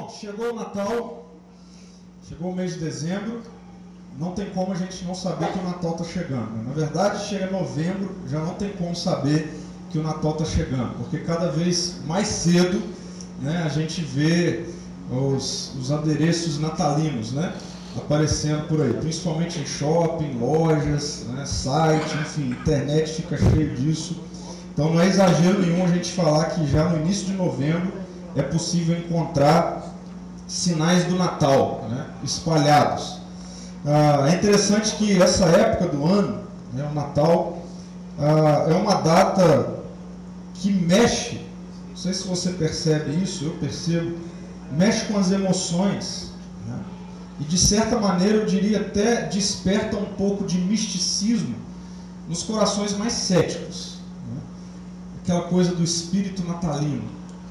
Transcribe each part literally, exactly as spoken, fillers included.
Bom, chegou o Natal, chegou o mês de dezembro, não tem como a gente não saber que o Natal está chegando. Na verdade, chega novembro, já não tem como saber que o Natal está chegando, porque cada vez mais cedo, né, a gente vê os, os adereços natalinos, né, aparecendo por aí, principalmente em shopping, lojas, né, site, enfim, internet fica cheio disso. Então não é exagero nenhum a gente falar que já no início de novembro é possível encontrar sinais do Natal, né, espalhados. Ah, é interessante que essa época do ano, né, o Natal, ah, é uma data que mexe, não sei se você percebe isso, eu percebo, mexe com as emoções, né, e de certa maneira eu diria até desperta um pouco de misticismo nos corações mais céticos, né, aquela coisa do espírito natalino.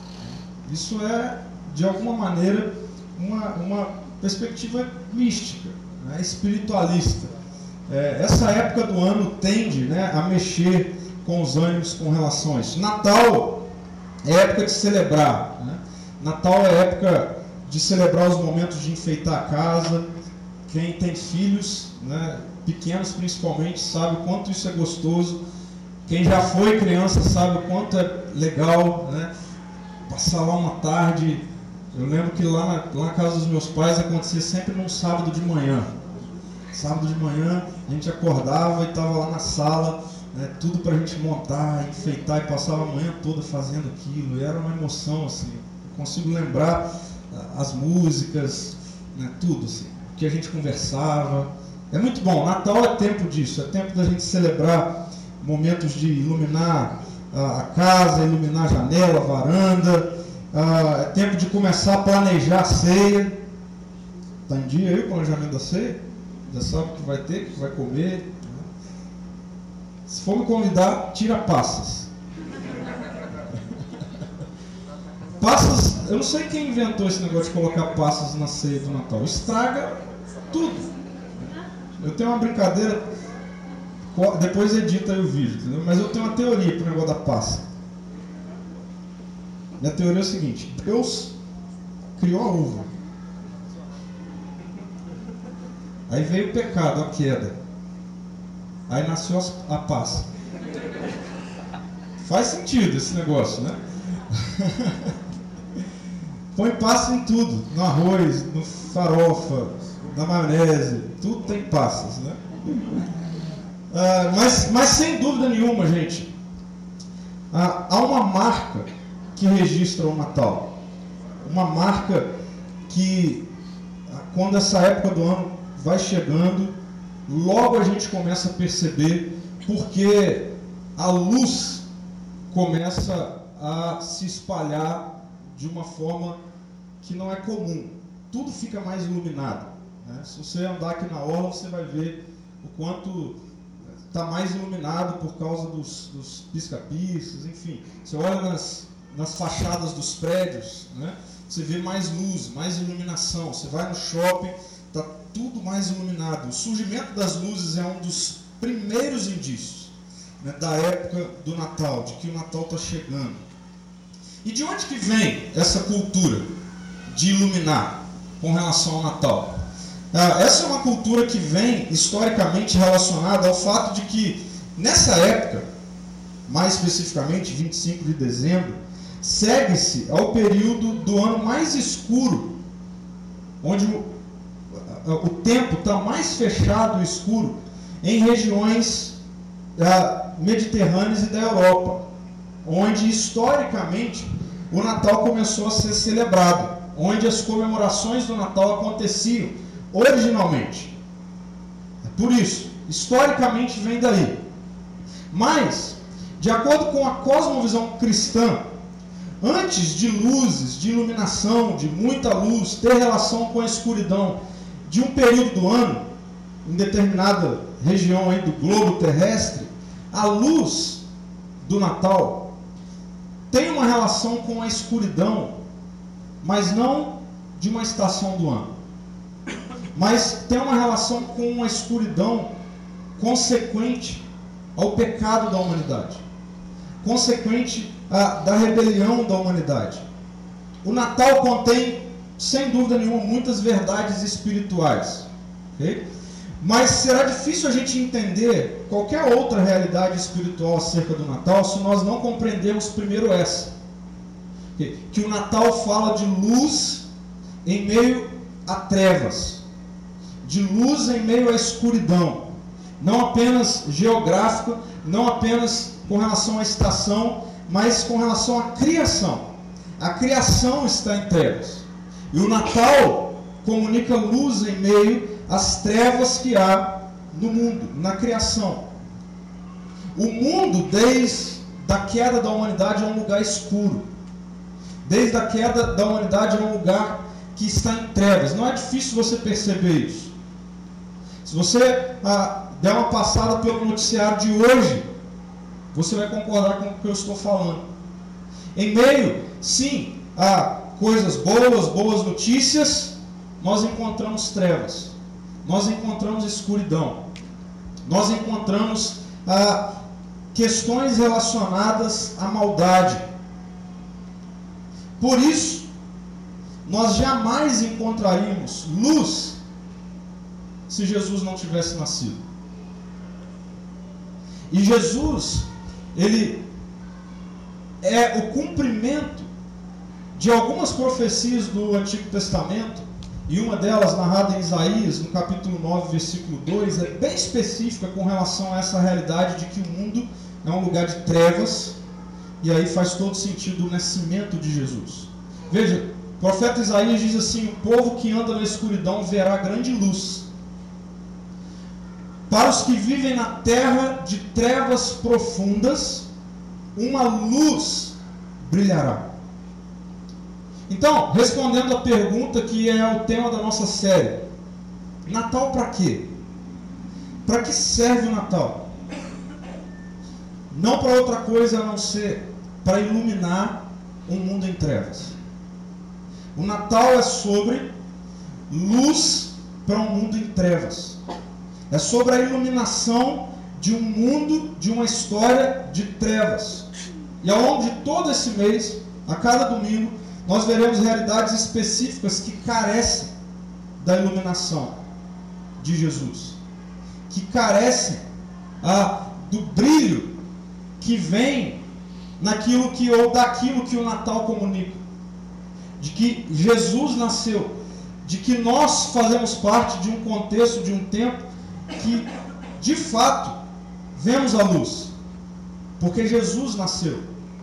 Isso é, de alguma maneira, uma, uma perspectiva mística, né, espiritualista. É, essa época do ano tende, né, a mexer com os ânimos com relação a isso. Natal é época de celebrar, né? Natal é época de celebrar os momentos de enfeitar a casa. Quem tem filhos, né, pequenos principalmente, sabe o quanto isso é gostoso. Quem já foi criança sabe o quanto é legal, né, passar lá uma tarde. Eu lembro que lá na, lá na casa dos meus pais acontecia sempre num sábado de manhã. Sábado de manhã a gente acordava e estava lá na sala, né, tudo para a gente montar, enfeitar, e passava a manhã toda fazendo aquilo. E era uma emoção, assim. Eu consigo lembrar as músicas, né, tudo, assim, o que a gente conversava. É muito bom. Natal é tempo disso, é tempo da gente celebrar momentos de iluminar a, a casa, iluminar a janela, a varanda. Ah, é tempo de começar a planejar a ceia. Está em dia aí o planejamento da ceia? Já sabe o que vai ter, o que vai comer. Se for me convidar, tira passas. Passas, eu não sei quem inventou esse negócio de colocar passas na ceia do Natal. Estraga tudo. Eu tenho uma brincadeira, depois edita aí o vídeo, entendeu? Mas eu tenho uma teoria para o negócio da passa. Minha teoria é o seguinte: Deus criou a uva, aí veio o pecado, a queda, aí nasceu a passa. Faz sentido esse negócio, né? Põe passa em tudo, no arroz, no farofa, na maionese, tudo tem passas, né? Ah, mas, mas sem dúvida nenhuma, gente, ah, há uma marca que registra o Natal. Uma marca que, quando essa época do ano vai chegando, logo a gente começa a perceber, porque a luz começa a se espalhar de uma forma que não é comum. Tudo fica mais iluminado, né? Se você andar aqui na orla, você vai ver o quanto está mais iluminado por causa dos, dos pisca-piscas, enfim. Você olha nas nas fachadas dos prédios, né, você vê mais luz, mais iluminação. Você vai no shopping, está tudo mais iluminado. O surgimento das luzes é um dos primeiros indícios, né, da época do Natal, de que o Natal está chegando. E de onde que vem essa cultura de iluminar com relação ao Natal? Ah, essa é uma cultura que vem historicamente relacionada ao fato de que, nessa época, mais especificamente vinte e cinco de dezembro, segue-se ao período do ano mais escuro, onde o, o tempo está mais fechado e escuro em regiões ah, mediterrâneas e da Europa, onde historicamente o Natal começou a ser celebrado, onde as comemorações do Natal aconteciam originalmente. É por isso, historicamente vem daí. Mas, de acordo com a cosmovisão cristã, antes de luzes, de iluminação, de muita luz, ter relação com a escuridão de um período do ano, em determinada região aí do globo terrestre, a luz do Natal tem uma relação com a escuridão, mas não de uma estação do ano, mas tem uma relação com uma escuridão consequente ao pecado da humanidade, consequente a, da rebelião da humanidade. O Natal contém sem dúvida nenhuma, muitas verdades espirituais. Okay? Mas será difícil a gente entender qualquer outra realidade espiritual acerca do Natal se nós não compreendermos primeiro essa. Okay? Que o Natal fala de luz em meio a trevas, de luz em meio à escuridão, não apenas geográfica, não apenas com relação à estação, mas com relação à criação. A criação está em trevas. E o Natal comunica luz em meio às trevas que há no mundo, na criação. O mundo, desde a queda da humanidade, é um lugar escuro. Desde a queda da humanidade é um lugar que está em trevas. Não é difícil você perceber isso. Se você ah, der uma passada pelo noticiário de hoje, você vai concordar com o que eu estou falando. Em meio, sim, a coisas boas, boas notícias, nós encontramos trevas, nós encontramos escuridão, nós encontramos ah, questões relacionadas à maldade. Por isso, nós jamais encontraríamos luz se Jesus não tivesse nascido. E Jesus, ele é o cumprimento de algumas profecias do Antigo Testamento, e uma delas narrada em Isaías, no capítulo nove, versículo dois, é bem específica com relação a essa realidade de que o mundo é um lugar de trevas, e aí faz todo sentido o nascimento de Jesus. Veja, o profeta Isaías diz assim: o povo que anda na escuridão verá grande luz. Para os que vivem na terra de trevas profundas, uma luz brilhará. Então, respondendo à pergunta que é o tema da nossa série, Natal para quê? Para que serve o Natal? Não para outra coisa a não ser para iluminar um mundo em trevas. O Natal é sobre luz para um mundo em trevas. É sobre a iluminação de um mundo, de uma história de trevas. E ao longo de todo esse mês, a cada domingo, nós veremos realidades específicas que carecem da iluminação de Jesus, que carecem ah, do brilho que vem naquilo que, ou daquilo que o Natal comunica, de que Jesus nasceu, de que nós fazemos parte de um contexto, de um tempo que de fato vemos a luz, porque Jesus nasceu.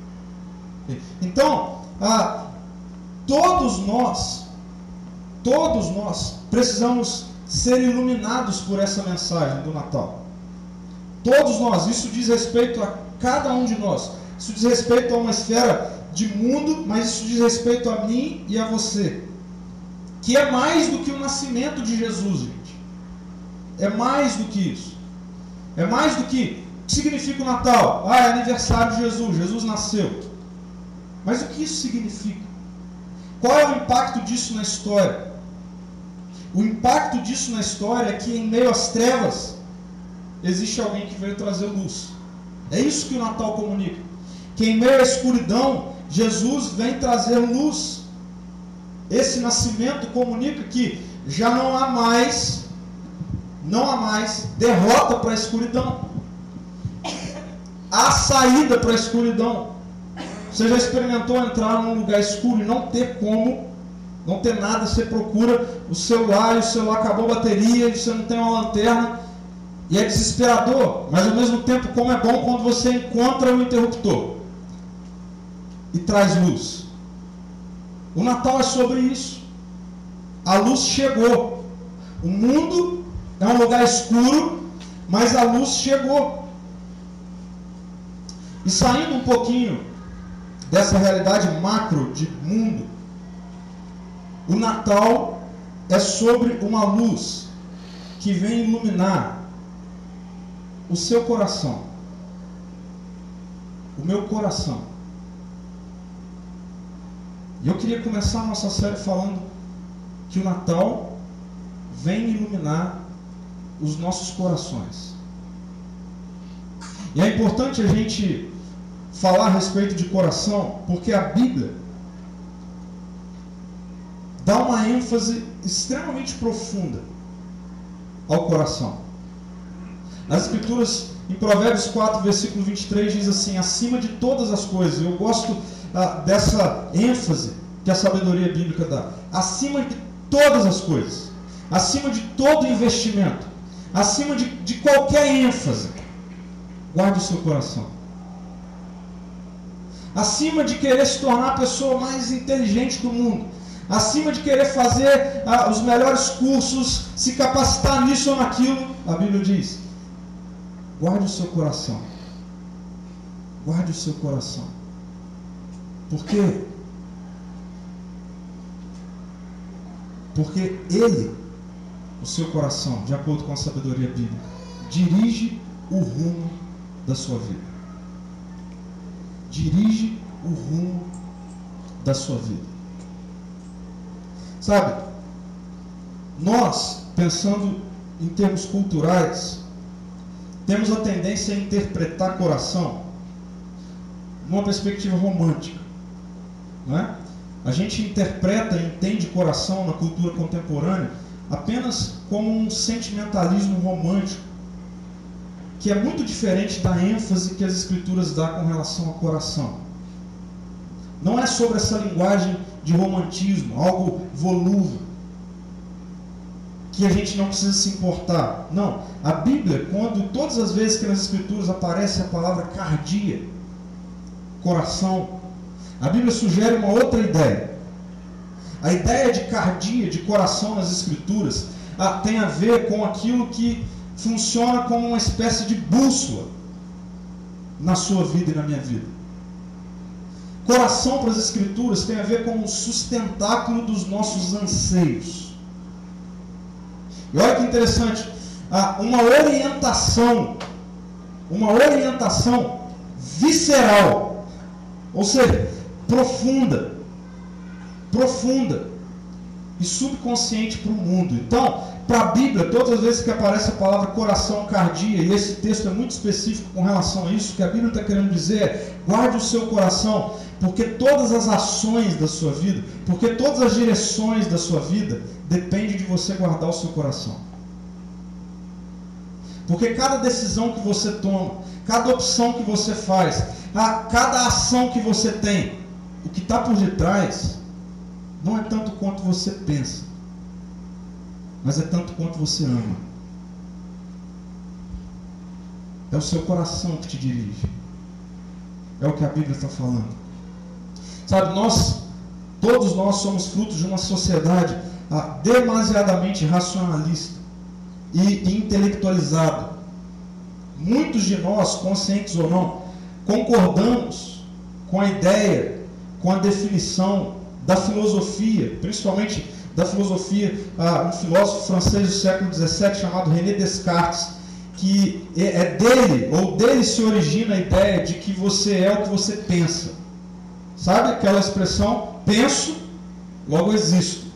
Então, ah, todos nós, todos nós precisamos ser iluminados por essa mensagem do Natal. Todos nós, isso diz respeito a cada um de nós. Isso diz respeito a uma esfera de mundo, mas isso diz respeito a mim e a você. Que é mais do que o nascimento de Jesus, gente. É mais do que isso. É mais do que o que significa o Natal. Ah, é aniversário de Jesus, Jesus nasceu. Mas o que isso significa? Qual é o impacto disso na história? O impacto disso na história é que em meio às trevas existe alguém que veio trazer luz. É isso que o Natal comunica. Que em meio à escuridão, Jesus vem trazer luz. Esse nascimento comunica que já não há mais, não há mais derrota para a escuridão. Há saída para a escuridão. Você já experimentou entrar num lugar escuro e não ter como, não ter nada, você procura o celular e o celular acabou a bateria e você não tem uma lanterna e é desesperador, mas ao mesmo tempo como é bom quando você encontra o interruptor e traz luz. O Natal é sobre isso. A luz chegou. O mundo é um lugar escuro, mas a luz chegou. E saindo um pouquinho dessa realidade macro de mundo, o Natal é sobre uma luz que vem iluminar o seu coração, o meu coração. E eu queria começar a nossa série falando que o Natal vem iluminar os nossos corações. E é importante a gente falar a respeito de coração, porque a Bíblia dá uma ênfase extremamente profunda ao coração. As Escrituras, em Provérbios quatro, versículo vinte e três, diz assim: acima de todas as coisas, eu gosto ah, dessa ênfase que a sabedoria bíblica dá, acima de todas as coisas, acima de todo investimento, acima de, de qualquer ênfase, guarde o seu coração. Acima de querer se tornar a pessoa mais inteligente do mundo, acima de querer fazer ah, os melhores cursos, se capacitar nisso ou naquilo, a Bíblia diz: guarde o seu coração. Guarde o seu coração. Por quê? Porque ele, o seu coração, de acordo com a sabedoria bíblica, dirige o rumo da sua vida. Dirige o rumo da sua vida. Sabe, nós, pensando em termos culturais, temos a tendência a interpretar coração numa perspectiva romântica, não é? A gente interpreta e entende coração na cultura contemporânea apenas como um sentimentalismo romântico, que é muito diferente da ênfase que as Escrituras dão com relação ao coração. Não é sobre essa linguagem de romantismo, algo volúvel, que a gente não precisa se importar. Não. A Bíblia, quando todas as vezes que nas Escrituras aparece a palavra cardia, coração, a Bíblia sugere uma outra ideia. A ideia de cardia, de coração nas Escrituras, ah, tem a ver com aquilo que funciona como uma espécie de bússola na sua vida e na minha vida. Coração para as Escrituras tem a ver com o sustentáculo dos nossos anseios. E olha que interessante, uma orientação, uma orientação visceral, ou seja, profunda, profunda e subconsciente para o mundo. Então, para a Bíblia, todas as vezes que aparece a palavra coração, cardia, e esse texto é muito específico com relação a isso, o que a Bíblia está querendo dizer é: guarde o seu coração, porque todas as ações da sua vida, porque todas as direções da sua vida, depende de você guardar o seu coração. Porque cada decisão que você toma, cada opção que você faz, a cada ação que você tem, o que está por detrás não é tanto quanto você pensa, mas é tanto quanto você ama. É o seu coração que te dirige. É o que a Bíblia está falando. Sabe, nós, todos nós somos frutos de uma sociedade ah, demasiadamente racionalista e, e intelectualizada. Muitos de nós, conscientes ou não, concordamos com a ideia, com a definição da filosofia, principalmente da filosofia, ah, um filósofo francês do século dezessete chamado René Descartes, que é dele, ou dele se origina a ideia de que você é o que você pensa. Sabe aquela expressão, penso, logo existo.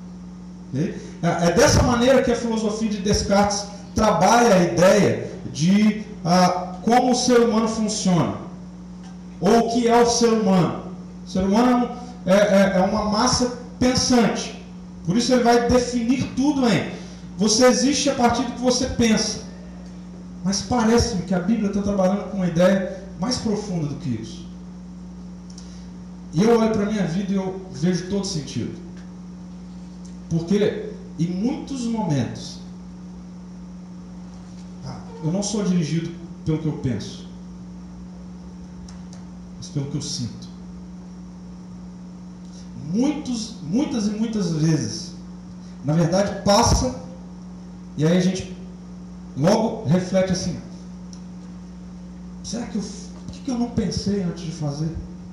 É dessa maneira que a filosofia de Descartes trabalha a ideia de ah, como o ser humano funciona, ou o que é o ser humano. O ser humano é, é, é uma massa pensante. Por isso ele vai definir tudo em: você existe a partir do que você pensa. Mas parece-me que a Bíblia está trabalhando com uma ideia mais profunda do que isso. E eu olho para a minha vida e eu vejo todo sentido. Porque em muitos momentos eu não sou dirigido pelo que eu penso, mas pelo que eu sinto. Muitos, muitas e muitas vezes, na verdade, passa e aí a gente logo reflete assim: será que eu, por que eu não pensei antes de fazer?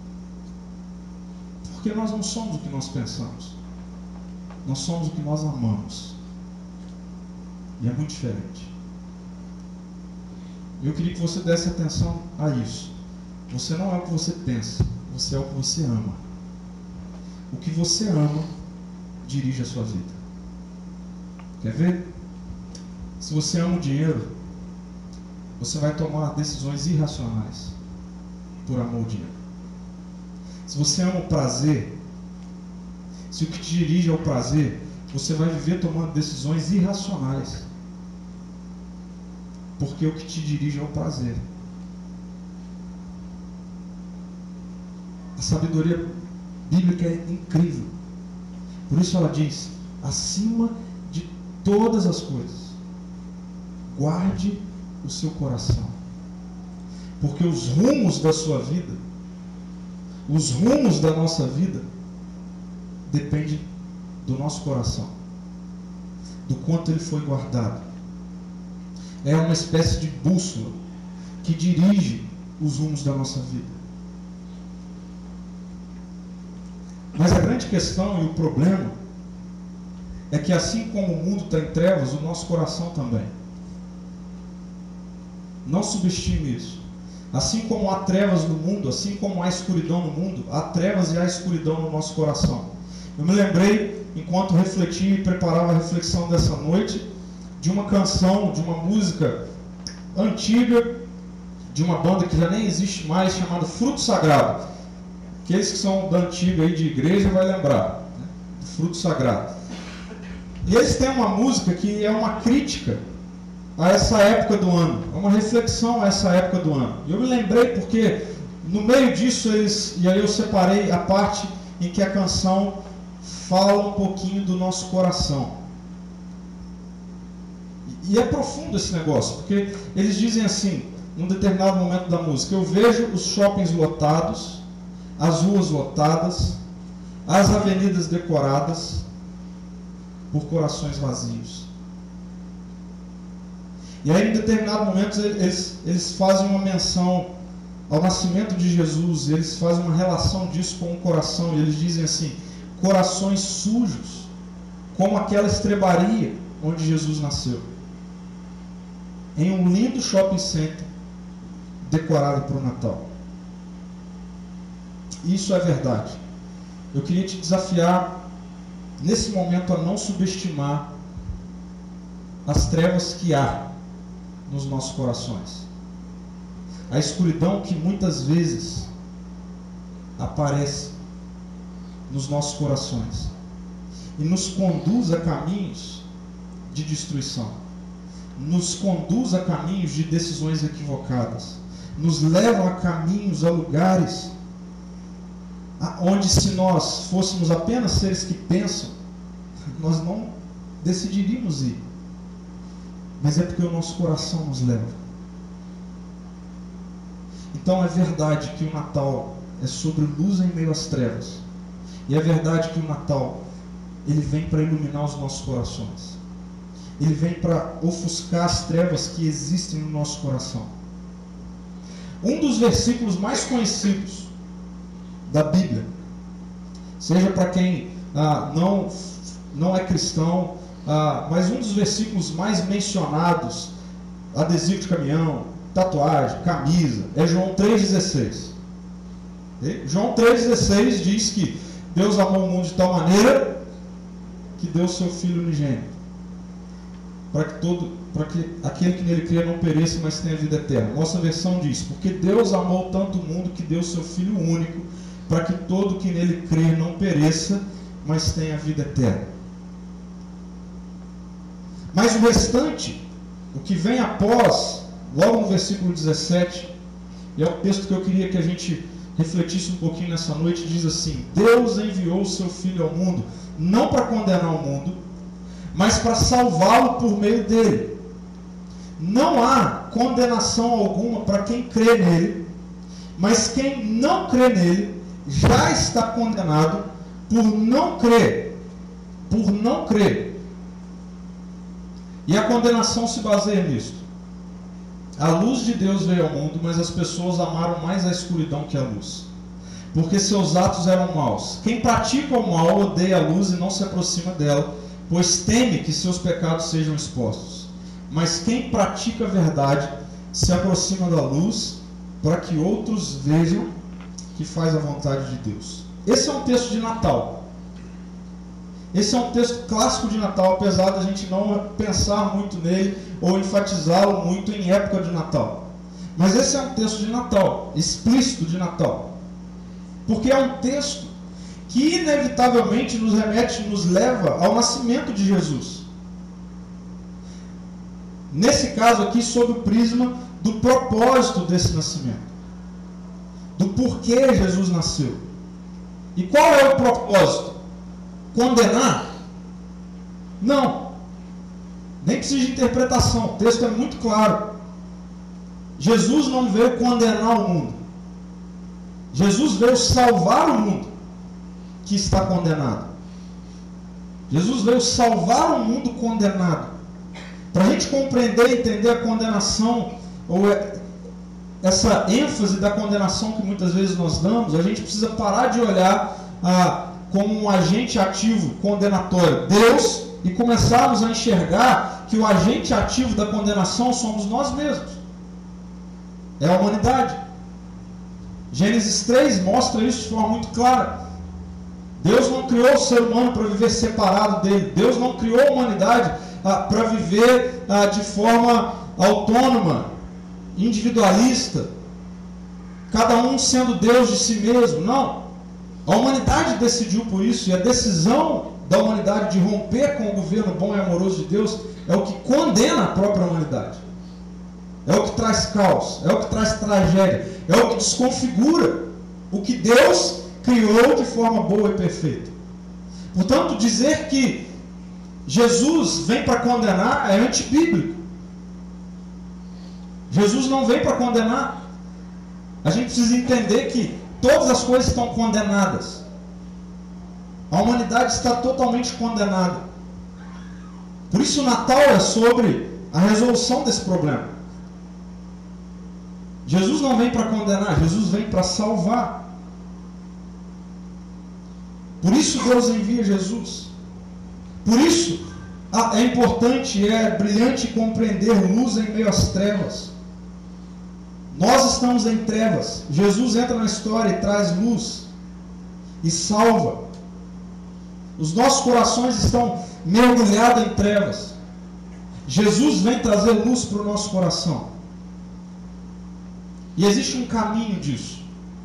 Porque nós não somos o que nós pensamos, nós somos o que nós amamos, e é muito diferente. Eu queria que você desse atenção a isso. Você não é o que você pensa, você é o que você ama. O que você ama dirige a sua vida. Quer ver? Se você ama o dinheiro, você vai tomar decisões irracionais por amor ao dinheiro. Se você ama o prazer, se se o que te dirige é o prazer, você vai viver tomando decisões irracionais. Porque o que te dirige é o prazer. A sabedoria bíblica é incrível. Por isso ela diz, acima de todas as coisas, guarde o seu coração. Porque os rumos da sua vida, os rumos da nossa vida, dependem do nosso coração, do quanto ele foi guardado. É uma espécie de bússola que dirige os rumos da nossa vida. Mas a grande questão e o problema é que assim como o mundo está em trevas, o nosso coração também. Não subestime isso. Assim como há trevas no mundo, assim como há escuridão no mundo, há trevas e há escuridão no nosso coração. Eu me lembrei, enquanto refletia e preparava a reflexão dessa noite, de uma canção, de uma música antiga, de uma banda que já nem existe mais, chamada Fruto Sagrado. Aqueles que são da antiga aí de igreja vai lembrar, né? Fruto Sagrado. E eles têm uma música que é uma crítica a essa época do ano, é uma reflexão a essa época do ano. E eu me lembrei porque no meio disso eles, e aí eu separei a parte em que a canção fala um pouquinho do nosso coração. E é profundo esse negócio, porque eles dizem assim, num determinado momento da música, eu vejo os shoppings lotados, as ruas lotadas, as avenidas decoradas por corações vazios. E aí, em determinado momento, eles, eles fazem uma menção ao nascimento de Jesus, eles fazem uma relação disso com o coração, e eles dizem assim, corações sujos, como aquela estrebaria onde Jesus nasceu, em um lindo shopping center, decorado para o Natal. Isso é verdade. Eu queria te desafiar, nesse momento, a não subestimar as trevas que há nos nossos corações. A escuridão que muitas vezes aparece nos nossos corações e nos conduz a caminhos de destruição, nos conduz a caminhos de decisões equivocadas, nos leva a caminhos, a lugares onde, se nós fôssemos apenas seres que pensam, nós não decidiríamos ir. Mas é porque o nosso coração nos leva. Então é verdade que o Natal é sobre luz em meio às trevas. E é verdade que o Natal, ele vem para iluminar os nossos corações. Ele vem para ofuscar as trevas que existem no nosso coração. Um dos versículos mais conhecidos da Bíblia, seja para quem ah, não, não é cristão, ah, mas um dos versículos mais mencionados, adesivo de caminhão, tatuagem, camisa, é João três dezesseis. João três dezesseis diz que Deus amou o mundo de tal maneira que deu seu Filho unigênito, para que, todo, para que aquele que nele crê não pereça, mas tenha vida eterna. Nossa versão diz, porque Deus amou tanto o mundo que deu seu Filho único, para que todo que nele crê não pereça, mas tenha vida eterna. Mas o restante, o que vem após, logo no versículo dezessete, e é o texto que eu queria que a gente refletisse um pouquinho nessa noite, diz assim, Deus enviou o seu Filho ao mundo, não para condenar o mundo, mas para salvá-lo por meio dele. Não há condenação alguma para quem crê nele, mas quem não crê nele já está condenado por não crer, por não crer. E a condenação se baseia nisto. A luz de Deus veio ao mundo, mas as pessoas amaram mais a escuridão que a luz, porque seus atos eram maus. Quem pratica o mal odeia a luz e não se aproxima dela, pois teme que seus pecados sejam expostos. Mas quem pratica a verdade se aproxima da luz, para que outros vejam que faz a vontade de Deus. Esse é um texto de Natal. Esse é um texto clássico de Natal, apesar da gente não pensar muito nele ou enfatizá-lo muito em época de Natal. Mas esse é um texto de Natal, explícito de Natal. Porque é um texto que inevitavelmente nos remete, nos leva ao nascimento de Jesus. Nesse caso aqui, sob o prisma do propósito desse nascimento, do porquê Jesus nasceu. E qual é o propósito? Condenar? Não. Nem precisa de interpretação, o texto é muito claro. Jesus não veio condenar o mundo. Jesus veio salvar o mundo que está condenado. Jesus veio salvar o mundo condenado. Para a gente compreender e entender a condenação, ou essa ênfase da condenação que muitas vezes nós damos, a gente precisa parar de olhar ah, como um agente ativo condenatório Deus, e começarmos a enxergar que o agente ativo da condenação somos nós mesmos. É a humanidade. Gênesis três mostra isso de forma muito clara. Deus não criou o ser humano para viver separado dele. Deus não criou a humanidade ah, para viver ah, de forma autônoma, individualista, cada um sendo Deus de si mesmo. Não. A humanidade decidiu por isso, e a decisão da humanidade de romper com o governo bom e amoroso de Deus é o que condena a própria humanidade. É o que traz caos, é o que traz tragédia, é o que desconfigura o que Deus criou de forma boa e perfeita. Portanto, dizer que Jesus vem para condenar é antibíblico. Jesus não vem para condenar. A gente precisa entender que todas as coisas estão condenadas. A humanidade está totalmente condenada. Por isso o Natal é sobre a resolução desse problema. Jesus não vem para condenar, Jesus vem para salvar. Por isso Deus envia Jesus. Por isso é importante, é brilhante compreender luz em meio às trevas. Nós estamos em trevas. Jesus entra na história e traz luz e salva. Os nossos corações estão mergulhados em trevas. Jesus vem trazer luz para o nosso coração. E existe um caminho disso.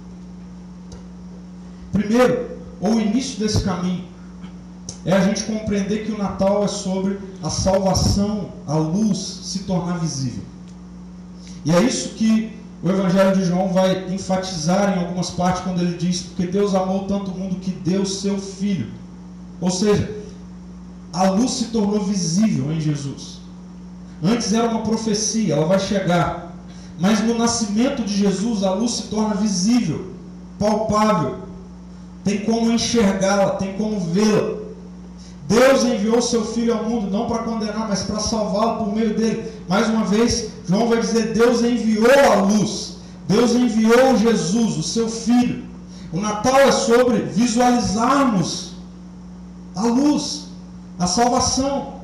Primeiro, ou o início desse caminho, é a gente compreender que o Natal é sobre a salvação, a luz se tornar visível. E é isso que o Evangelho de João vai enfatizar em algumas partes quando ele diz: porque Deus amou tanto o mundo que deu seu Filho. Ou seja, a luz se tornou visível em Jesus. Antes era uma profecia, ela vai chegar. Mas no nascimento de Jesus, a luz se torna visível, palpável. Tem como enxergá-la, tem como vê-la. Deus enviou seu Filho ao mundo, não para condenar, mas para salvá-lo por meio dele. Mais uma vez, João vai dizer: Deus enviou a luz. Deus enviou Jesus, o seu Filho. O Natal é sobre visualizarmos a luz, a salvação.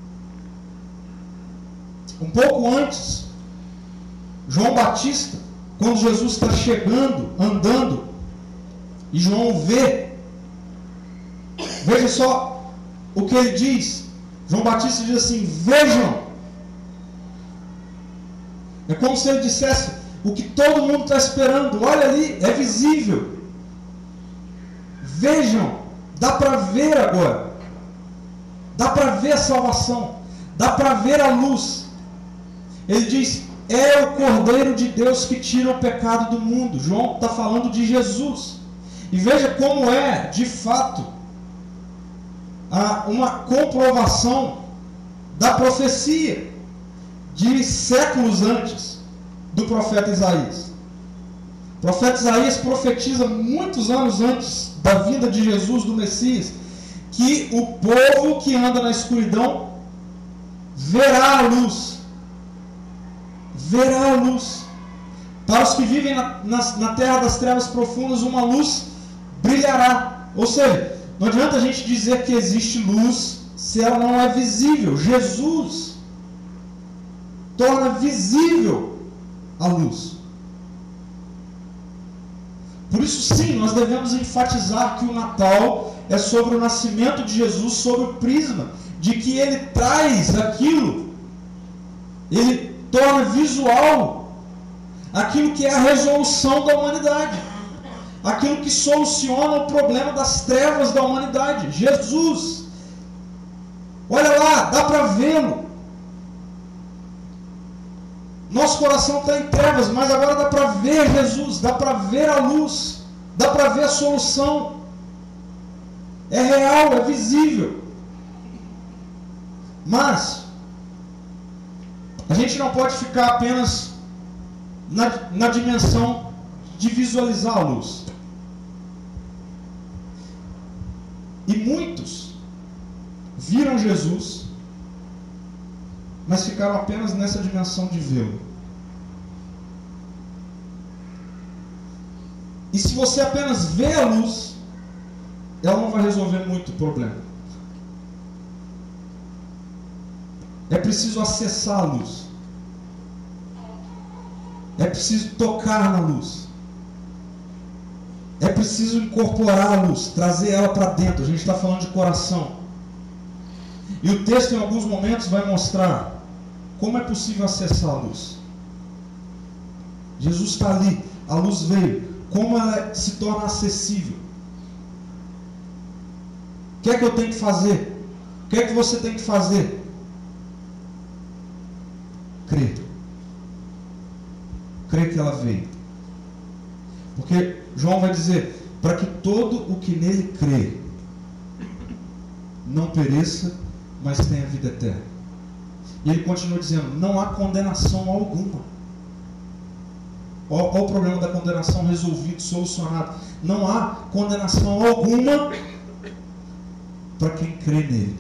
Um pouco antes, João Batista, quando Jesus está chegando, andando, e João vê, veja só o que ele diz. João Batista diz assim: vejam. É como se ele dissesse o que todo mundo está esperando. Olha ali, é visível. Vejam, dá para ver agora. Dá para ver a salvação. Dá para ver a luz. Ele diz: é o Cordeiro de Deus que tira o pecado do mundo. João está falando de Jesus. E veja como é, de fato, uma comprovação da profecia de séculos antes do profeta Isaías. O profeta Isaías profetiza muitos anos antes da vinda de Jesus, do Messias, que o povo que anda na escuridão verá a luz. Verá a luz. Para os que vivem na, na, na terra das trevas profundas, uma luz brilhará. Ou seja, não adianta a gente dizer que existe luz se ela não é visível. Jesus torna visível a luz. Por isso, sim, nós devemos enfatizar que o Natal é sobre o nascimento de Jesus, sobre o prisma de que ele traz aquilo, ele torna visual aquilo que é a resolução da humanidade. aquilo que soluciona o problema das trevas da humanidade. Jesus. Olha lá, dá para vê-lo. Nosso coração está em trevas, mas agora dá para ver Jesus, dá para ver a luz, dá para ver a solução. É real, é visível. Mas a gente não pode ficar apenas na, na dimensão de visualizar a luz. E muitos viram Jesus, mas ficaram apenas nessa dimensão de vê-lo. E se você apenas vê a luz, ela não vai resolver muito o problema. É preciso acessar a luz. É preciso tocar na luz. É preciso incorporar a luz, trazer ela para dentro. A gente está falando de coração. E o texto em alguns momentos vai mostrar como é possível acessar a luz. Jesus está ali, a luz veio. Como ela se torna acessível? O que é que eu tenho que fazer? O que é que você tem que fazer? Crer. Crer que ela veio. Porque João vai dizer, para que todo o que nele crê não pereça, mas tenha vida eterna. E ele continua dizendo, não há condenação alguma. Olha o problema da condenação resolvido, solucionado. Não há condenação alguma para quem crê nele.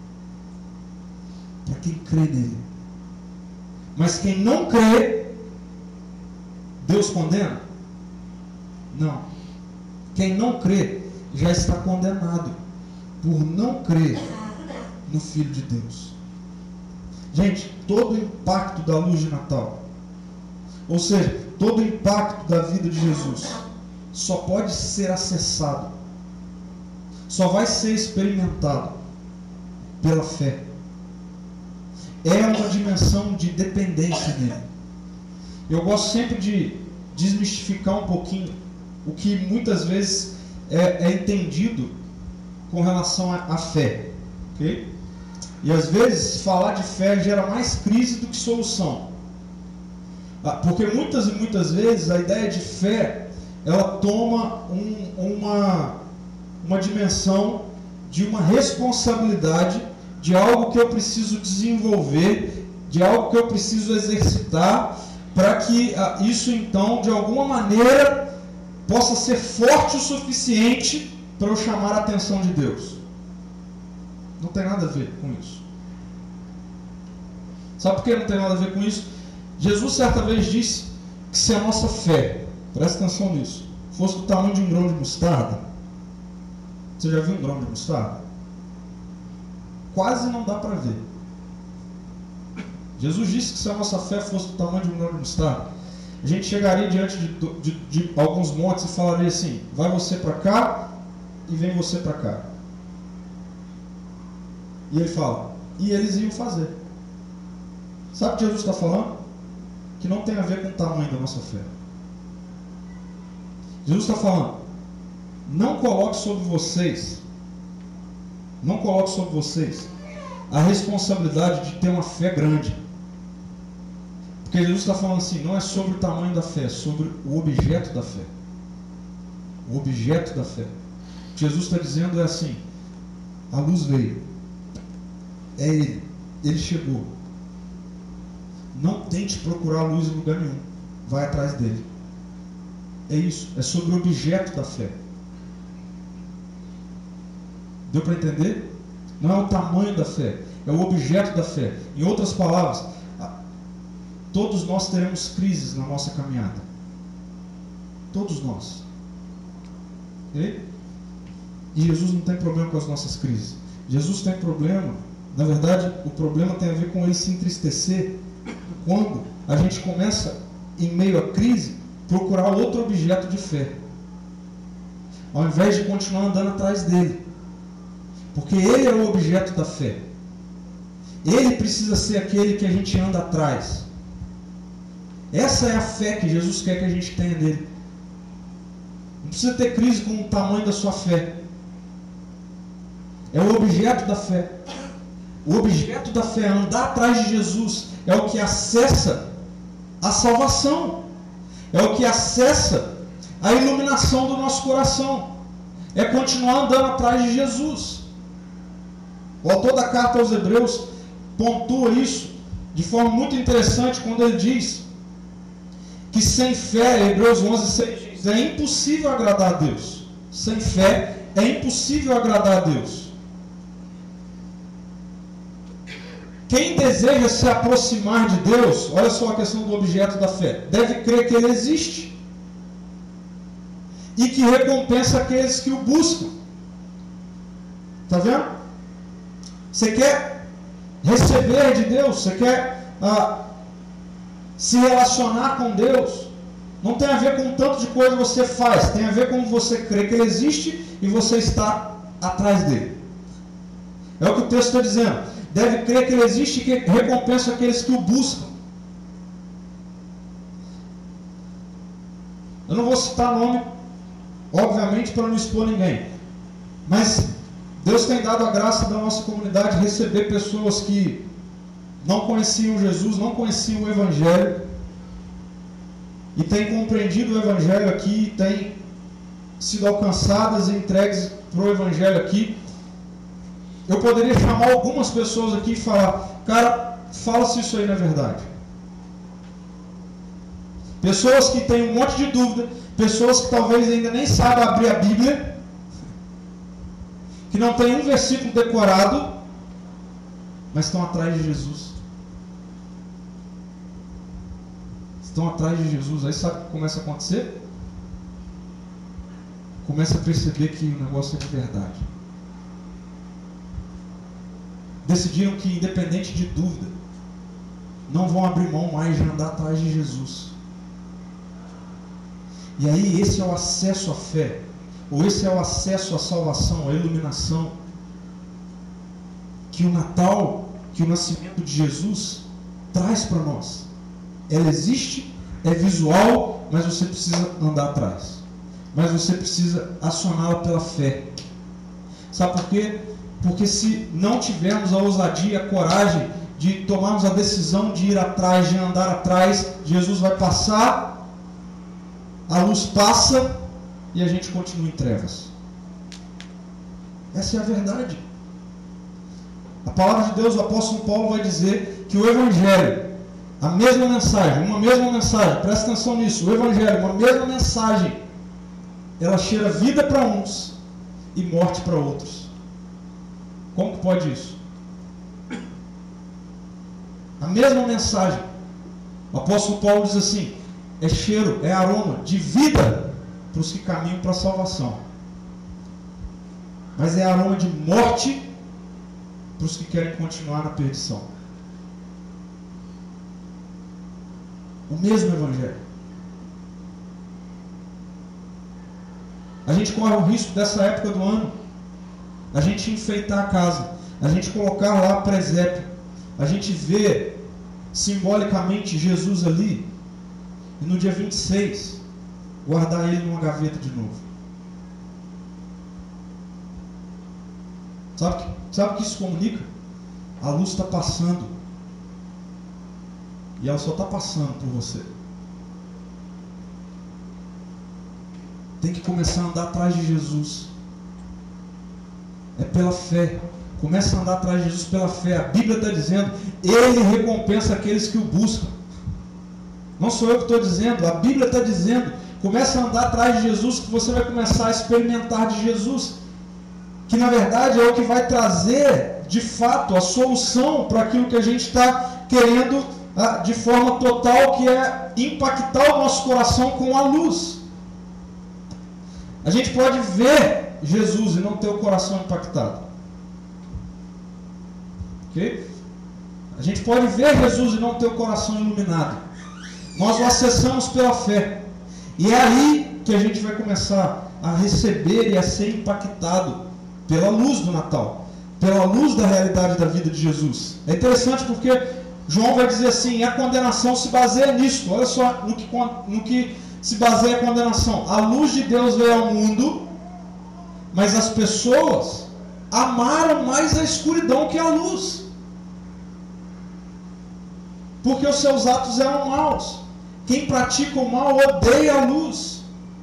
Para quem crê nele. Mas quem não crê, Deus condena? Não. Quem não crê já está condenado por não crer no Filho de Deus. Gente, todo o impacto da luz de Natal, ou seja, todo o impacto da vida de Jesus, só pode ser acessado, só vai ser experimentado pela fé. É uma dimensão de dependência nele. Eu gosto sempre de desmistificar um pouquinho o que muitas vezes é, é entendido com relação à fé. Okay? E às vezes falar de fé gera mais crise do que solução. Porque muitas e muitas vezes a ideia de fé, ela toma um, uma, uma dimensão de uma responsabilidade, de algo que eu preciso desenvolver, de algo que eu preciso exercitar, para que ah, isso então, de alguma maneira, possa ser forte o suficiente para eu chamar a atenção de Deus. Não tem nada a ver com isso. Sabe por que não tem nada a ver com isso? Jesus certa vez disse que se a nossa fé, presta atenção nisso, fosse do tamanho de um grão de mostarda. Você já viu um grão de mostarda? Quase não dá para ver. Jesus disse que se a nossa fé fosse do tamanho de um grão de mostarda, a gente chegaria diante de, de, de alguns montes e falaria assim, vai você para cá e vem você para cá. E ele fala, e eles iam fazer. Sabe o que Jesus está falando? Que não tem a ver com o tamanho da nossa fé. Jesus está falando, não coloque sobre vocês, não coloque sobre vocês a responsabilidade de ter uma fé grande. Porque Jesus está falando assim, não é sobre o tamanho da fé, é sobre o objeto da fé. O objeto da fé. O que Jesus está dizendo é assim, a luz veio, é Ele, Ele chegou. Não tente procurar a luz em lugar nenhum, vai atrás dele. É isso, é sobre o objeto da fé. Deu para entender? Não é o tamanho da fé, é o objeto da fé. Em outras palavras, todos nós teremos crises na nossa caminhada. Todos nós. Okay? E Jesus não tem problema com as nossas crises. Jesus tem problema, na verdade, o problema tem a ver com ele se entristecer quando a gente começa, em meio à crise, procurar outro objeto de fé, ao invés de continuar andando atrás dele. Porque ele é o objeto da fé. Ele precisa ser aquele que a gente anda atrás. Essa é a fé que Jesus quer que a gente tenha nele. Não precisa ter crise com o tamanho da sua fé. É o objeto da fé. O objeto da fé, andar atrás de Jesus, é o que acessa a salvação. É o que acessa a iluminação do nosso coração. É continuar andando atrás de Jesus. O autor da carta aos Hebreus pontua isso de forma muito interessante quando ele diz que sem fé, Hebreus onze, seis diz, é impossível agradar a Deus. Sem fé é impossível agradar a Deus. Quem deseja se aproximar de Deus, olha só a questão do objeto da fé, deve crer que Ele existe e que recompensa aqueles que o buscam. Está vendo? Você quer receber de Deus, você quer ah, se relacionar com Deus, não tem a ver com o tanto de coisa que você faz, tem a ver com você crer que Ele existe e você está atrás dele. É o que o texto está dizendo. Deve crer que Ele existe e que recompensa aqueles que o buscam. Eu não vou citar nome, obviamente, para não expor ninguém. Mas Deus tem dado a graça da nossa comunidade de receber pessoas que não conheciam Jesus, não conheciam o Evangelho, e têm compreendido o Evangelho aqui, têm sido alcançadas e entregues para o Evangelho aqui. Eu poderia chamar algumas pessoas aqui e falar: cara, fala se isso aí não é verdade. Pessoas que têm um monte de dúvida, pessoas que talvez ainda nem sabem abrir a Bíblia, que não tem um versículo decorado, mas estão atrás de Jesus. Estão atrás de Jesus. Aí sabe o que começa a acontecer? Começa a perceber que o negócio é de verdade. Decidiram que, independente de dúvida, não vão abrir mão mais de andar atrás de Jesus. E aí esse é o acesso à fé, ou esse é o acesso à salvação, à iluminação, que o Natal, que o nascimento de Jesus traz para nós. Ela existe, é visual, mas você precisa andar atrás. Mas você precisa acioná-la pela fé. Sabe por quê? Porque se não tivermos a ousadia, a coragem de tomarmos a decisão de ir atrás, de andar atrás, Jesus vai passar, a luz passa e a gente continua em trevas. Essa é a verdade. A palavra de Deus, o apóstolo Paulo vai dizer que o Evangelho, a mesma mensagem, uma mesma mensagem, presta atenção nisso, o Evangelho, uma mesma mensagem, ela cheira vida para uns e morte para outros. Como que pode isso? A mesma mensagem. O apóstolo Paulo diz assim: é cheiro, é aroma de vida para os que caminham para a salvação, mas é aroma de morte para os que querem continuar na perdição. O mesmo Evangelho. A gente corre o risco dessa época do ano a gente enfeitar a casa, a gente colocar lá presépio, a gente vê simbolicamente Jesus ali, e no dia vinte e seis guardar ele numa gaveta de novo. Sabe, sabe o que isso comunica? A luz está passando, e ela só está passando por você. Tem que começar a andar atrás de Jesus. É pela fé. Começa a andar atrás de Jesus pela fé. A Bíblia está dizendo: Ele recompensa aqueles que o buscam. Não sou eu que estou dizendo, a Bíblia está dizendo. Começa a andar atrás de Jesus, que você vai começar a experimentar de Jesus, que na verdade é o que vai trazer de fato a solução para aquilo que a gente está querendo de forma total, que é impactar o nosso coração com a luz. A gente pode ver Jesus e não ter o coração impactado. Ok? A gente pode ver Jesus e não ter o coração iluminado. Nós o acessamos pela fé. E é aí que a gente vai começar a receber e a ser impactado pela luz do Natal, pela luz da realidade da vida de Jesus. É interessante porque João vai dizer assim: a condenação se baseia nisso. Olha só no que, no que se baseia a condenação? A luz de Deus veio ao mundo, mas as pessoas amaram mais a escuridão que a luz, porque os seus atos eram maus. Quem pratica o mal odeia a luz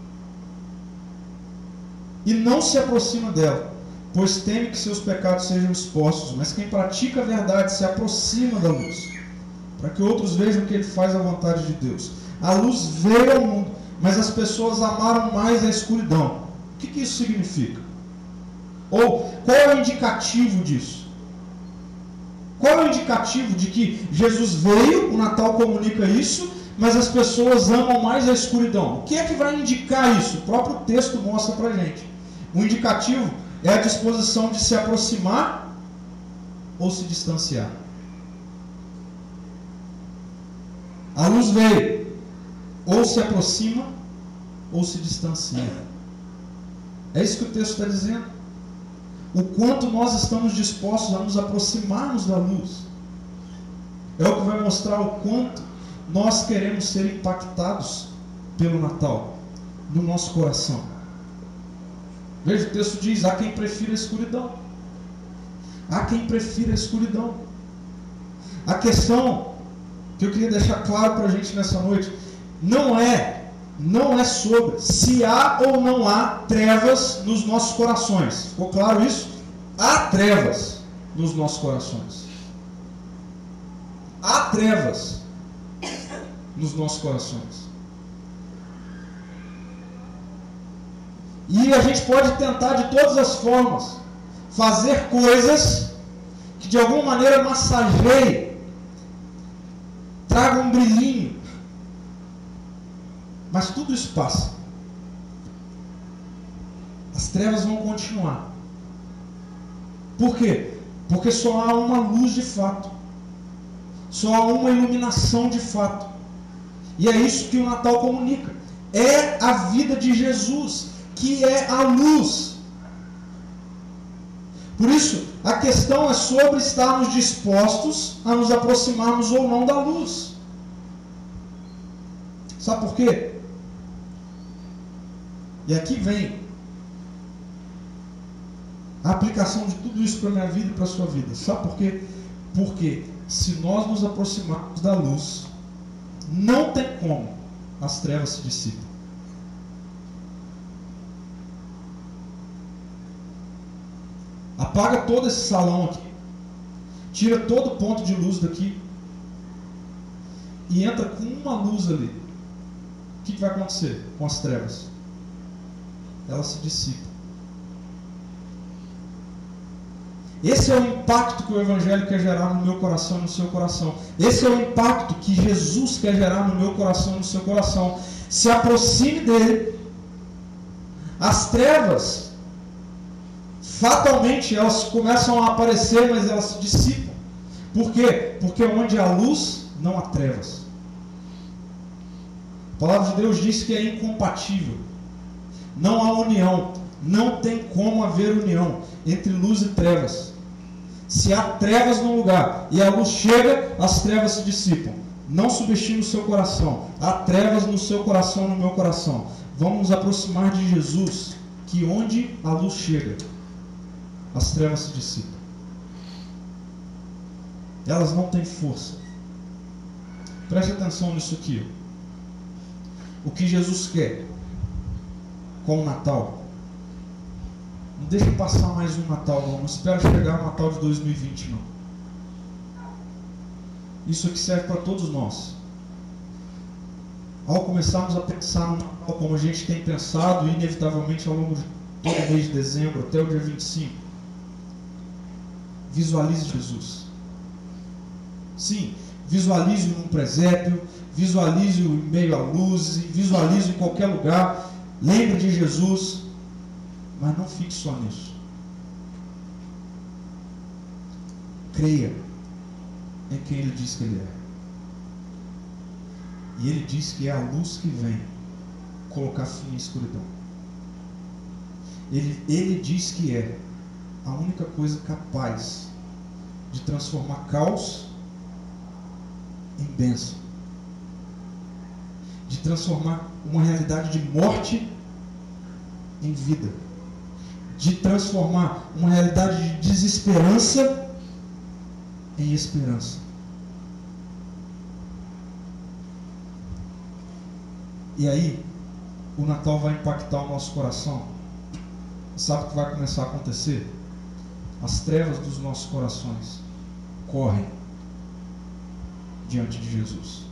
e não se aproxima dela, pois teme que seus pecados sejam expostos. Mas quem pratica a verdade se aproxima da luz, para que outros vejam que ele faz a vontade de Deus. A luz veio ao mundo, mas as pessoas amaram mais a escuridão. O que, que isso significa? Ou qual é o indicativo disso? Qual é o indicativo de que Jesus veio, o Natal comunica isso, mas as pessoas amam mais a escuridão? O que é que vai indicar isso? O próprio texto mostra para a gente. O indicativo é a disposição de se aproximar ou se distanciar. A luz veio, ou se aproxima ou se distancia. É isso que o texto está dizendo. O quanto nós estamos dispostos a nos aproximarmos da luz é o que vai mostrar o quanto nós queremos ser impactados pelo Natal no nosso coração. Veja, o texto diz: há quem prefira a escuridão. Há quem prefira a escuridão. A questão que eu queria deixar claro para a gente nessa noite não é não é sobre se há ou não há trevas nos nossos corações. Ficou claro isso? Há trevas nos nossos corações. Há trevas nos nossos corações. E a gente pode tentar de todas as formas fazer coisas que de alguma maneira massageiem, tragam um brilhinho. Mas tudo isso passa. As trevas vão continuar. Por quê? Porque só há uma luz de fato. Só há uma iluminação de fato. E é isso que o Natal comunica. É a vida de Jesus, que é a luz. Por isso, a questão é sobre estarmos dispostos a nos aproximarmos ou não da luz. Sabe por quê? E aqui vem a aplicação de tudo isso para a minha vida e para a sua vida. Sabe por quê? Porque se nós nos aproximarmos da luz, não tem como as trevas se dissipam. Apaga todo esse salão aqui, tira todo o ponto de luz daqui e entra com uma luz ali. O que vai acontecer com as trevas? Elas se dissipam. Esse é o impacto que o Evangelho quer gerar no meu coração e no seu coração. Esse é o impacto que Jesus quer gerar no meu coração e no seu coração. Se aproxime dele. As trevas, fatalmente, elas começam a aparecer, mas elas se dissipam. Por quê? Porque onde há luz, não há trevas. A palavra de Deus diz que é incompatível. Não há união. Não tem como haver união entre luz e trevas. Se há trevas no lugar e a luz chega, as trevas se dissipam. Não subestime o seu coração. Há trevas no seu coração, no meu coração. Vamos nos aproximar de Jesus, que onde a luz chega, as trevas se dissipam. Elas não têm força. Preste atenção nisso aqui. O que Jesus quer com o Natal. Não deixa passar mais um Natal, não. Não espera chegar o Natal de dois mil e vinte, não. Isso aqui serve para todos nós. Ao começarmos a pensar no Natal como a gente tem pensado, inevitavelmente ao longo de todo o mês de dezembro, até o dia vinte e cinco, visualize Jesus. Sim, visualize-o num presépio, visualize-o em meio à luz, visualize-o em qualquer lugar. Lembre de Jesus, mas não fique só nisso. Creia em quem Ele diz que Ele é. E Ele diz que é a luz que vem colocar fim à escuridão. Ele, ele diz que é a única coisa capaz de transformar caos em bênção. de transformar uma realidade de morte em vida, de transformar uma realidade de desesperança em esperança. E aí, o Natal vai impactar o nosso coração. Sabe o que vai começar a acontecer? As trevas dos nossos corações correm diante de Jesus.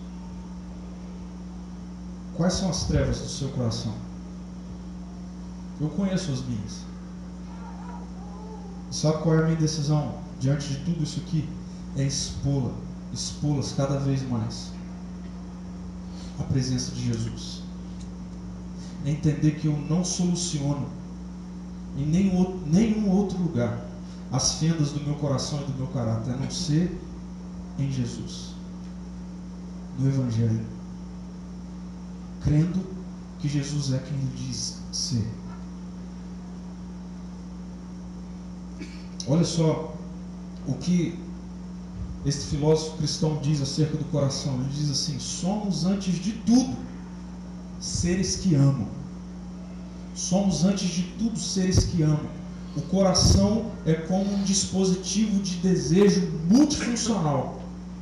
Quais são as trevas do seu coração? Eu conheço as minhas. Sabe qual é a minha decisão diante de tudo isso aqui? É expô-la, expô-las cada vez mais à presença de Jesus. É entender que eu não soluciono em nenhum outro, nenhum outro lugar as fendas do meu coração e do meu caráter, a não ser em Jesus, no Evangelho, crendo que Jesus é quem Ele diz ser. Olha só o que este filósofo cristão diz acerca do coração. Ele diz assim: somos antes de tudo seres que amam. Somos antes de tudo seres que amam. O coração é como um dispositivo de desejo multifuncional.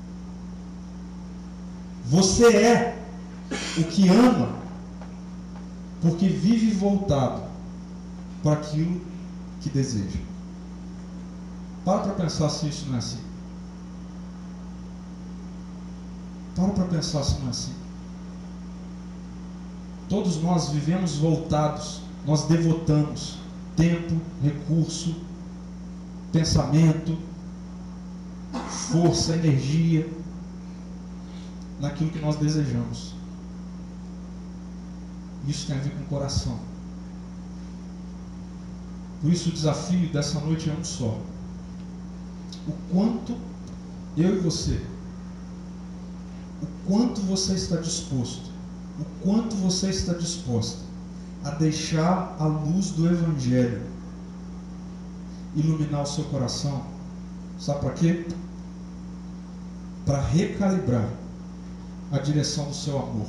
Você é o que ama porque vive voltado para aquilo que deseja. Para para pensar se isso não é assim. Para para pensar se não é assim. Todos nós vivemos voltados, nós devotamos tempo, recurso, pensamento, força, energia naquilo que nós desejamos. Isso tem a ver com o coração. Por isso o desafio dessa noite é um só. O quanto eu e você, o quanto você está disposto, o quanto você está disposta a deixar a luz do Evangelho iluminar o seu coração. Sabe para quê? Para recalibrar a direção do seu amor,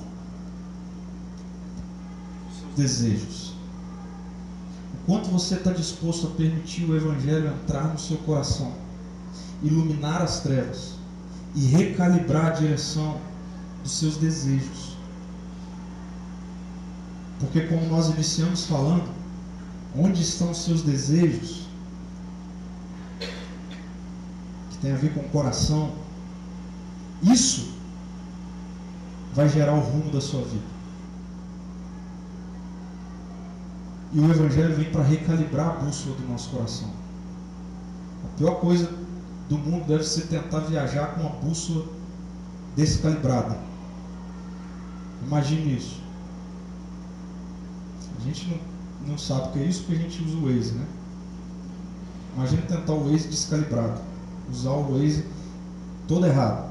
desejos. O quanto você está disposto a permitir o Evangelho entrar no seu coração, iluminar as trevas e recalibrar a direção dos seus desejos. Porque, como nós iniciamos falando, onde estão os seus desejos, que tem a ver com o coração, isso vai gerar o rumo da sua vida. E o Evangelho vem para recalibrar a bússola do nosso coração. A pior coisa do mundo deve ser tentar viajar com a bússola descalibrada. Imagine isso. A gente não, não sabe o que é isso porque a gente usa o Waze, né? Imagine tentar o Waze descalibrado, usar o Waze todo errado.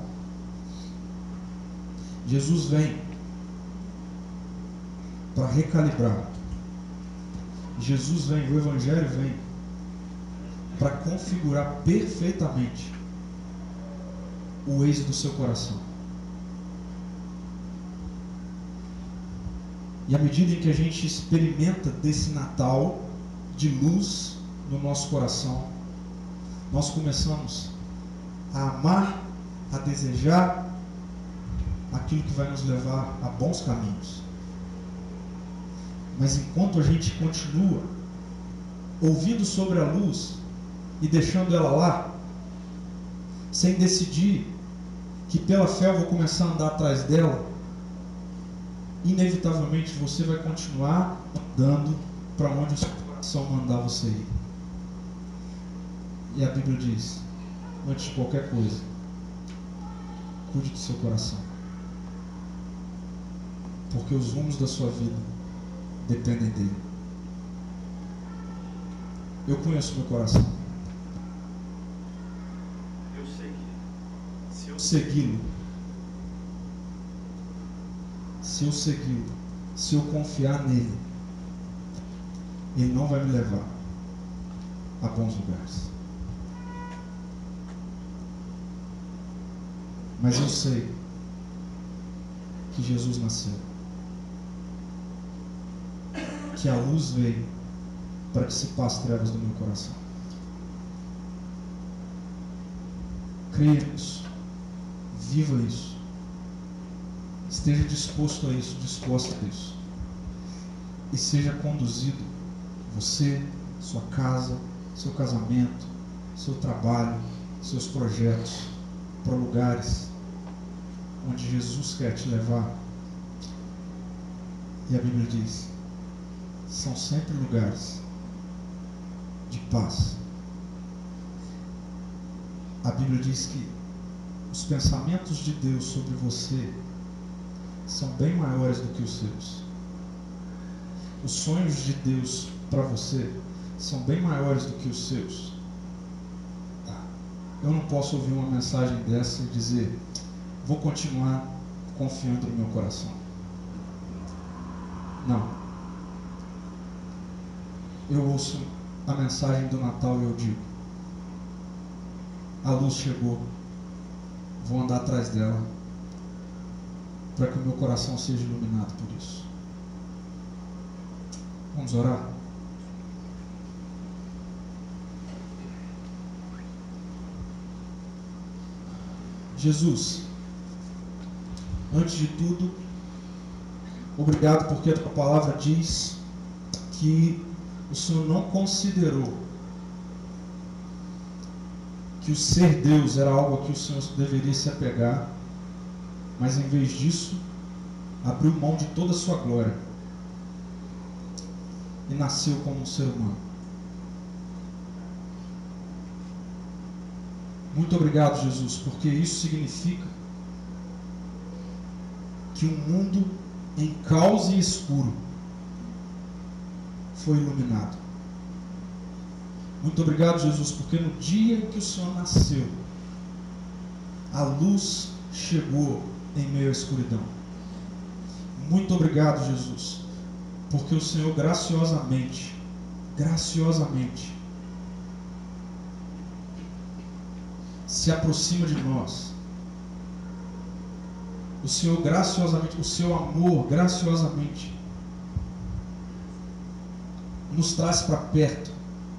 Jesus vem para recalibrar. Jesus vem, o Evangelho vem para configurar perfeitamente o Waze do seu coração. E à medida em que a gente experimenta desse Natal de luz no nosso coração, nós começamos a amar, a desejar aquilo que vai nos levar a bons caminhos. Mas enquanto a gente continua ouvindo sobre a luz e deixando ela lá, sem decidir que pela fé eu vou começar a andar atrás dela, inevitavelmente você vai continuar andando para onde o seu coração mandar você ir. E a Bíblia diz: antes de qualquer coisa, cuide do seu coração, porque os rumos da sua vida dependem dele. Eu conheço meu coração. Eu sei que se eu segui-lo, se eu segui-lo, se eu confiar nele, ele não vai me levar a bons lugares. Mas eu sei que Jesus nasceu que a luz veio para dissipar as trevas do meu coração. Creia nisso. Viva isso. Esteja disposto a isso, disposta a isso. E seja conduzido, você, sua casa, seu casamento, seu trabalho, seus projetos, para lugares onde Jesus quer te levar. E a Bíblia diz, são sempre lugares de paz. A Bíblia diz que os pensamentos de Deus sobre você são bem maiores do que os seus. Os sonhos de Deus para você são bem maiores do que os seus. Eu não posso ouvir uma mensagem dessa e dizer, vou continuar confiando no meu coração. Não. Eu ouço a mensagem do Natal e eu digo, a luz chegou, vou andar atrás dela, para que o meu coração seja iluminado por isso. Vamos orar? Jesus, antes de tudo, obrigado porque a tua palavra diz que o Senhor não considerou que o ser Deus era algo a que o Senhor deveria se apegar, mas em vez disso, abriu mão de toda a sua glória e nasceu como um ser humano. Muito obrigado, Jesus, porque isso significa que um mundo em caos e escuro foi iluminado. Muito obrigado, Jesus, porque no dia que o Senhor nasceu, a luz chegou em meio à escuridão. Muito obrigado, Jesus, porque o Senhor graciosamente, graciosamente, se aproxima de nós. O Senhor graciosamente, o seu amor graciosamente nos traz para perto,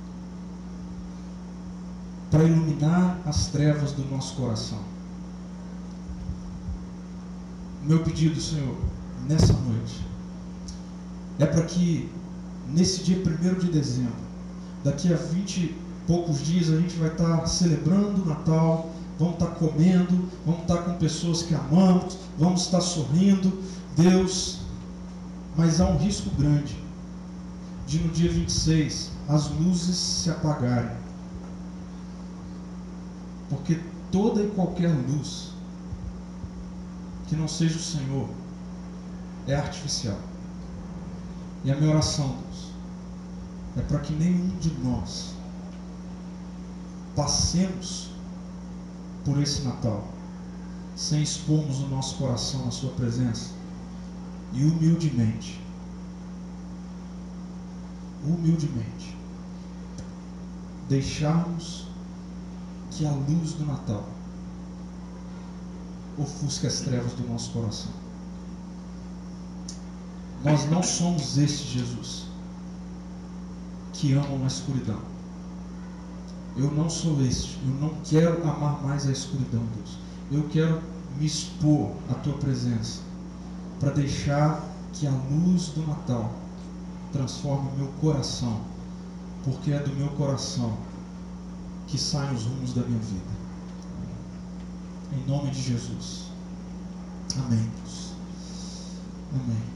para iluminar as trevas do nosso coração. O meu pedido, Senhor, nessa noite, é para que nesse dia primeiro de dezembro, daqui a vinte e poucos dias, a gente vai estar celebrando o Natal, vamos estar comendo, vamos estar com pessoas que amamos, vamos estar sorrindo, Deus, mas há um risco grande de no dia vinte e seis as luzes se apagarem, porque toda e qualquer luz que não seja o Senhor é artificial. E a minha oração, Deus, é para que nenhum de nós passemos por esse Natal sem expormos o nosso coração na sua presença e humildemente, humildemente deixarmos que a luz do Natal ofusque as trevas do nosso coração. Nós não somos este Jesus que amam a escuridão. Eu não sou este. Eu não quero amar mais a escuridão, Deus. Eu quero me expor à tua presença para deixar que a luz do Natal transforme o meu coração, porque é do meu coração que saem os rumos da minha vida. Em nome de Jesus. Amém, Deus. Amém.